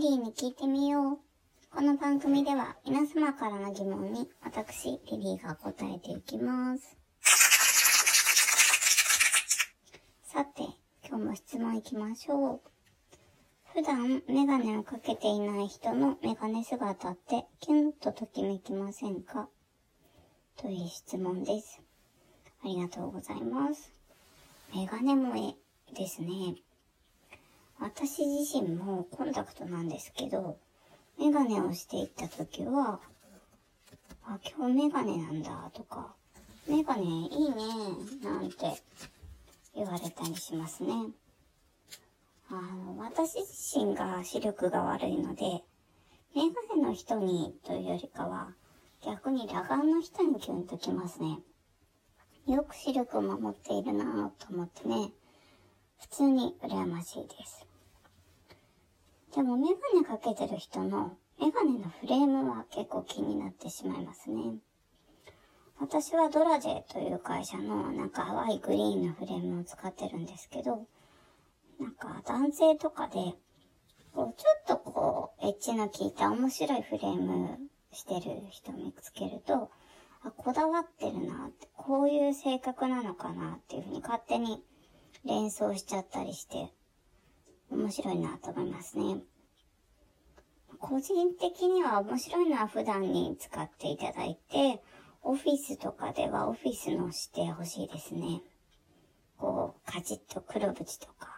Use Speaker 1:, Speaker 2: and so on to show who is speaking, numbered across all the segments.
Speaker 1: リーに聞いてみよう。この番組では皆様からの疑問に私、リリーが答えていきます。さて、今日も質問いきましょう。普段メガネをかけていない人のメガネ姿ってキュンとときめきませんか？という質問です。ありがとうございます。メガネ萌えですね。私自身もコンタクトなんですけど、メガネをしていったときは、今日メガネなんだとか、メガネいいねなんて言われたりしますね。私自身が視力が悪いので、メガネの人にというよりかは、逆に裸眼の人にキュンときますね。よく視力を守っているなぁと思ってね、普通に羨ましいです。でもメガネかけてる人のメガネのフレームは結構気になってしまいますね。私はドラジェという会社の淡いグリーンのフレームを使ってるんですけど、男性とかでちょっとエッジの効いた面白いフレームしてる人を見つけると、こだわってるなって、こういう性格なのかなっていうふうに勝手に連想しちゃったりして、面白いなと思いますね。個人的には面白いのは普段に使っていただいて、オフィスとかではオフィスのしてほしいですね。カチッと黒縁とか。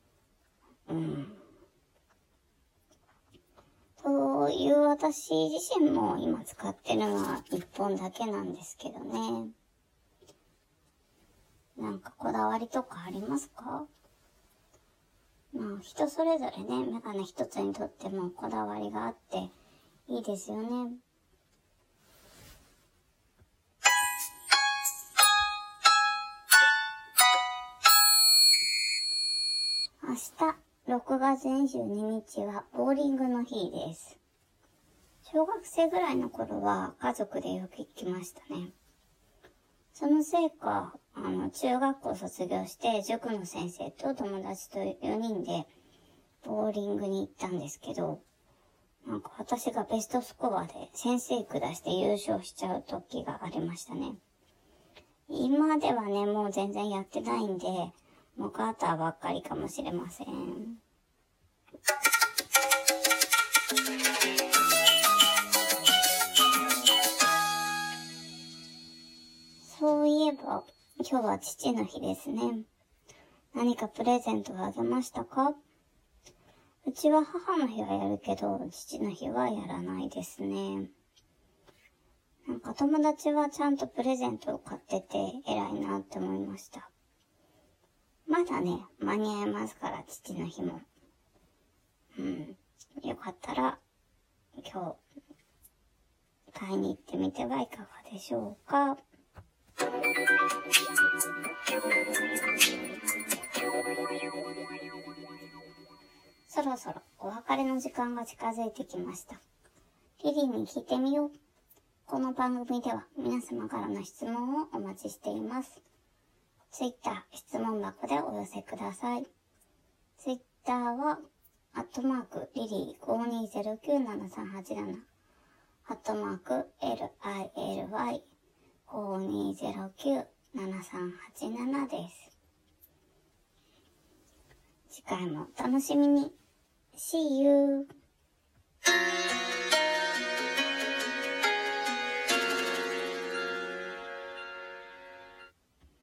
Speaker 1: という私自身も今使ってるのは1本だけなんですけどね。こだわりとかありますか？人それぞれね、メガネ一つにとってもこだわりがあっていいですよね。明日6月22日はボーリングの日です。小学生ぐらいの頃は家族でよく行きましたね。そのせいか、中学校卒業して塾の先生と友達と4人でボーリングに行ったんですけど、私がベストスコアで先生下して優勝しちゃう時がありましたね。今ではね、もう全然やってないんで、もうガーターばっかりかもしれません。そういえば、今日は父の日ですね。何かプレゼントはあげましたか？うちは母の日はやるけど、父の日はやらないですね。友達はちゃんとプレゼントを買ってて偉いなって思いました。まだね、間に合いますから、父の日も。よかったら、今日、買いに行ってみてはいかがでしょうか。そろそろお別れの時間が近づいてきました。リリーに聞いてみよう。この番組では皆様からの質問をお待ちしています。Twitter 質問箱でお寄せください。Twitter は、リリー52097387、@LILY52097387 です。次回もお楽しみに。See you!